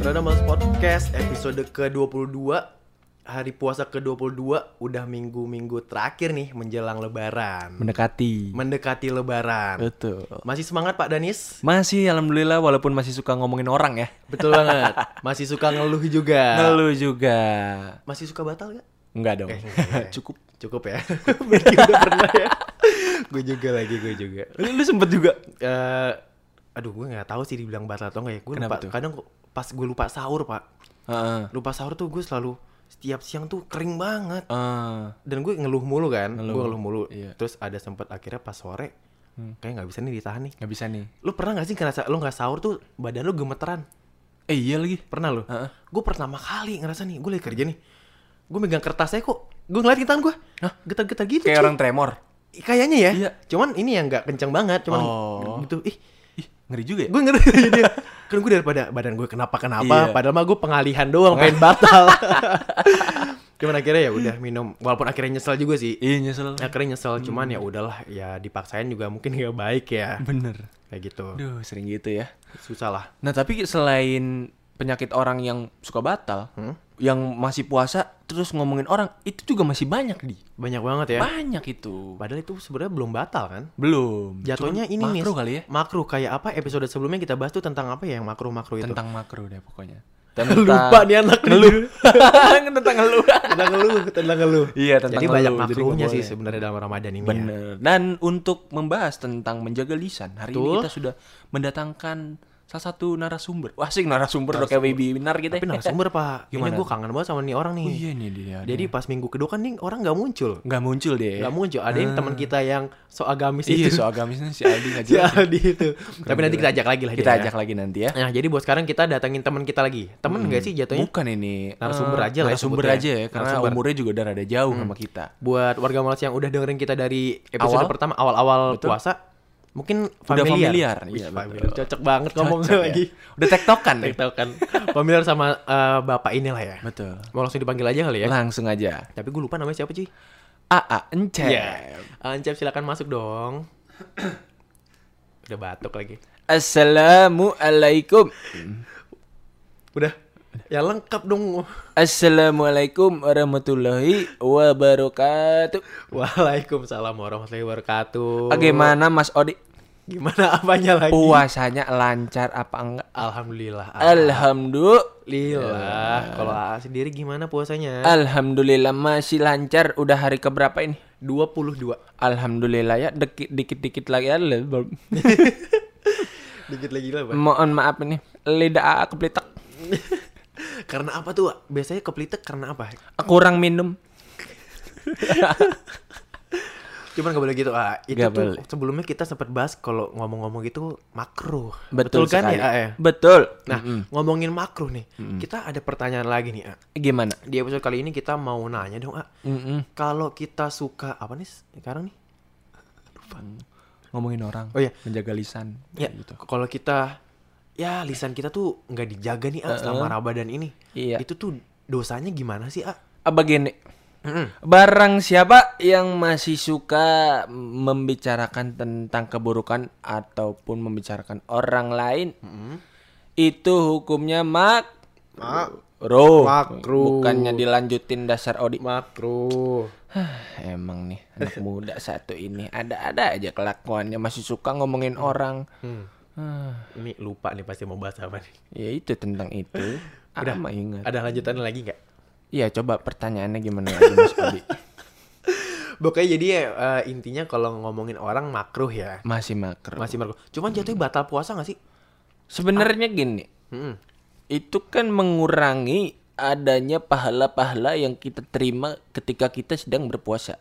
Radamals Podcast episode ke-22. Hari puasa ke-22. Udah minggu-minggu terakhir nih menjelang lebaran. Mendekati lebaran. Betul. Masih semangat Pak Danis? Masih, alhamdulillah, walaupun masih suka ngomongin orang ya. Betul banget. Masih suka ngeluh juga. Ngeluh juga. Masih suka batal gak? Enggak dong. Cukup ya. Berarti udah pernah ya. Gue juga. Lu sempet juga? Aduh, gue nggak tahu sih dibilang batal atau enggak ya. Gue lupa. Kenapa tuh? Kadang pas gue lupa sahur Pak. Lupa sahur tuh gue selalu setiap siang tuh kering banget. Dan gue ngeluh mulu kan. Gue ngeluh mulu. Iya. Terus ada sempet akhirnya pas sore kayak nggak bisa nih ditahan nih. Nggak bisa nih. Lu pernah nggak sih ngerasa lu nggak sahur tuh badan lu gemeteran? Iya lagi. Pernah lu? Gue pertama kali ngerasa nih. Gue lagi kerja nih. Gue megang kertasnya kok. Gue ngeliat tangan gue. Getar-getar gitu. Kayak cuy. orang tremor. Kayaknya ya. Iya. Cuman ini yang nggak kenceng banget. Cuman gitu. Ih, Ngeri juga ya? gue ngeri dia. Kan gue daripada badan gue kenapa Iya. padahal mah gue pengalihan doang pengen batal. Cuman akhirnya ya udah minum, walaupun akhirnya nyesel juga sih. Iya, nyesel. Akhirnya nyesel, cuman ya udahlah, ya dipaksain juga mungkin gak baik ya. Bener. Kayak gitu. Duh, sering gitu ya. Susah lah. Nah, tapi selain penyakit orang yang suka batal, yang masih puasa terus ngomongin orang, itu juga masih banyak Banyak banget ya. Banyak itu. Padahal itu sebenarnya belum batal kan? Belum. Jatuhnya Cuman ini nih. makro kali ya. Makruh kayak apa? Episode sebelumnya kita bahas tuh tentang apa ya yang makruh-makruh itu. Tentang makro deh pokoknya. Lupa nih anak ngeluh. Tentang ngeluh. tentang ngeluh. Iya, tentang Jadi ngeluh. banyak Jadi makruhnya nggak sih boleh. sebenarnya dalam Ramadan ini. Ya. Bener. Dan untuk membahas tentang menjaga lisan, hari ini kita sudah mendatangkan salah satu narasumber. Wah, asik narasumber udah kayak webinar gitu. Tapi narasumber Pak, ini Gimana? gue kangen banget sama nih orang nih. Oh iya nih dia. Jadi pas minggu kedua kan nih orang nggak muncul. nggak muncul deh. Nggak muncul. Ada yang teman kita yang so agamis Iya, itu. so agamisnya si Aldi nggak Si jelas. Aldi itu. Tapi nanti kita ajak lagi lah Kita dia ya. ajak lagi nanti ya. Nah, jadi buat sekarang kita datangin teman kita lagi. Temen nggak sih jatuhnya? Bukan ini Narasumber aja lah ya narasumber sebutnya. aja ya, karena Narasumber. umurnya juga udah rada jauh sama kita. Buat warga Malas yang udah dengerin kita dari episode pertama awal-awal Betul. puasa, mungkin Udah familiar. familiar. Iya, Familiar. betul. Cocok banget ngomong Cocok ya. lagi. Udah tektokan deh. Tahu kan. Familiar sama bapak inilah ya. Betul. Mau langsung dipanggil aja kali ya. Langsung aja. Tapi gue lupa namanya siapa Ci. Aa Encep. Ancep silakan masuk dong. Udah batuk lagi. Assalamualaikum. Udah. Ya lengkap dong. Assalamualaikum warahmatullahi wabarakatuh. Waalaikumsalam warahmatullahi wabarakatuh. Bagaimana Mas Odi? Gimana apanya lagi? Puasanya lancar apa enggak? Alhamdulillah. Alhamdulillah. Kalau AA sendiri gimana puasanya? Alhamdulillah masih lancar. Udah hari keberapa ini? 22. Alhamdulillah ya. Dikit-dikit lagi ya. Dikit lagi lah, Pak. Mohon maaf ini. Lidah AA kepletek. Karena apa tuh? Biasanya keplitek karena apa? Kurang minum. Cuman gak boleh gitu, itu Gak tuh boleh. sebelumnya kita sempat bahas kalau ngomong-ngomong gitu makruh. Betul kan sekali. ya? Betul. Nah, ngomongin makruh nih, kita ada pertanyaan lagi nih, Gimana? Di episode kali ini kita mau nanya dong, kalau kita suka apa nih sekarang nih? Ngomongin orang. Oh iya. Menjaga lisan. Ya, Gitu. kalau kita ya lisan kita tuh nggak dijaga nih, selama Ramadan ini. Iya. Itu tuh dosanya gimana sih, Begini. Barang siapa yang masih suka membicarakan tentang keburukan ataupun membicarakan orang lain, itu hukumnya makruh. Bukannya dilanjutin dasar Odi. Makruh. Emang nih anak muda satu ini ada aja kelakuannya, masih suka ngomongin orang. Ini lupa nih pasti mau bahas apa nih. Ya itu tentang itu. Udah. Ama ingat. Ada lanjutannya lagi nggak? Iya, coba pertanyaannya gimana lagi Mas Odi? Pokoknya jadi ya, intinya kalau ngomongin orang makruh ya. Masih makruh. Masih makruh. Cuman jatuhnya batal puasa nggak sih? Sebenarnya gini, itu kan mengurangi adanya pahala-pahala yang kita terima ketika kita sedang berpuasa.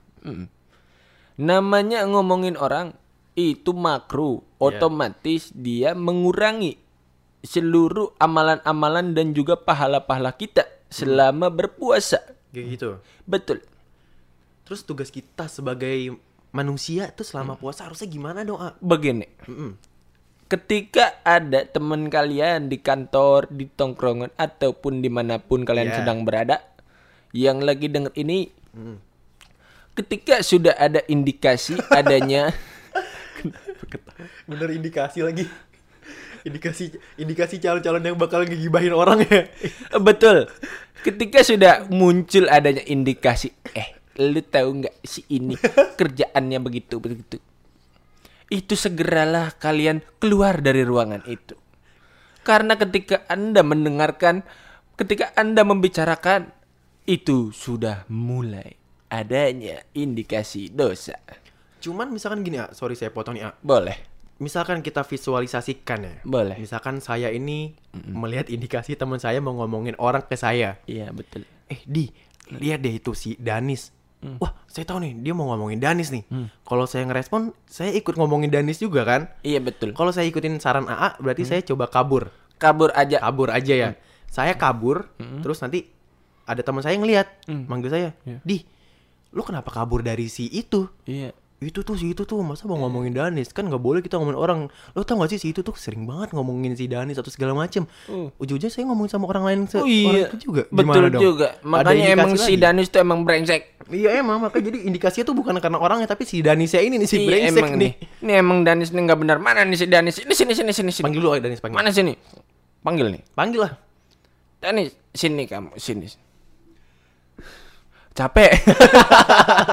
Namanya ngomongin orang itu makruh, otomatis dia mengurangi seluruh amalan-amalan dan juga pahala-pahala kita selama berpuasa. Kayak gitu. Betul. Terus tugas kita sebagai manusia itu selama puasa harusnya gimana dong, Begini. Ketika ada teman kalian di kantor, di tongkrongan, ataupun dimanapun kalian sedang berada, yang lagi denger ini, ketika sudah ada indikasi adanya, Bener indikasi lagi. indikasi calon-calon yang bakal ngegibahin orang ya. Betul. Ketika sudah muncul adanya indikasi, lu tahu nggak si ini kerjaannya begitu. Itu segeralah kalian keluar dari ruangan itu. Karena ketika Anda mendengarkan, ketika Anda membicarakan, itu sudah mulai adanya indikasi dosa. Cuman misalkan gini sorry saya potong nih Boleh. Misalkan kita visualisasikan ya. Boleh. Misalkan saya ini melihat indikasi teman saya mau ngomongin orang ke saya. Iya betul. Lihat deh itu si Danis. Wah, saya tahu nih dia mau ngomongin Danis nih. Kalau saya ngerespon, saya ikut ngomongin Danis juga kan? Iya betul. Kalau saya ikutin saran AA, berarti saya coba kabur. Kabur aja Ya. Saya kabur, terus nanti ada teman saya ngelihat, manggil saya, "Di, lu kenapa kabur dari si itu?" Iya. Itu tuh masa mau ngomongin Danis, kan nggak boleh kita ngomongin orang. Lo tau gak sih si itu tuh sering banget ngomongin si Danis atau segala macem. Ujung-ujungnya saya ngomongin sama orang lain orang itu juga. Betul juga. Makanya emang si Danis tuh emang brengsek. Iya emang, makanya jadi indikasinya tuh bukan karena orangnya, tapi si Danisnya ini nih si brengsek emang nih. Ini emang Danis nih nggak benar. Mana nih si Danis? Ini sini. Panggil lu Danis, panggil. Mana sini? Panggil nih. Panggil lah. Danis, sini kamu, sini. Capek.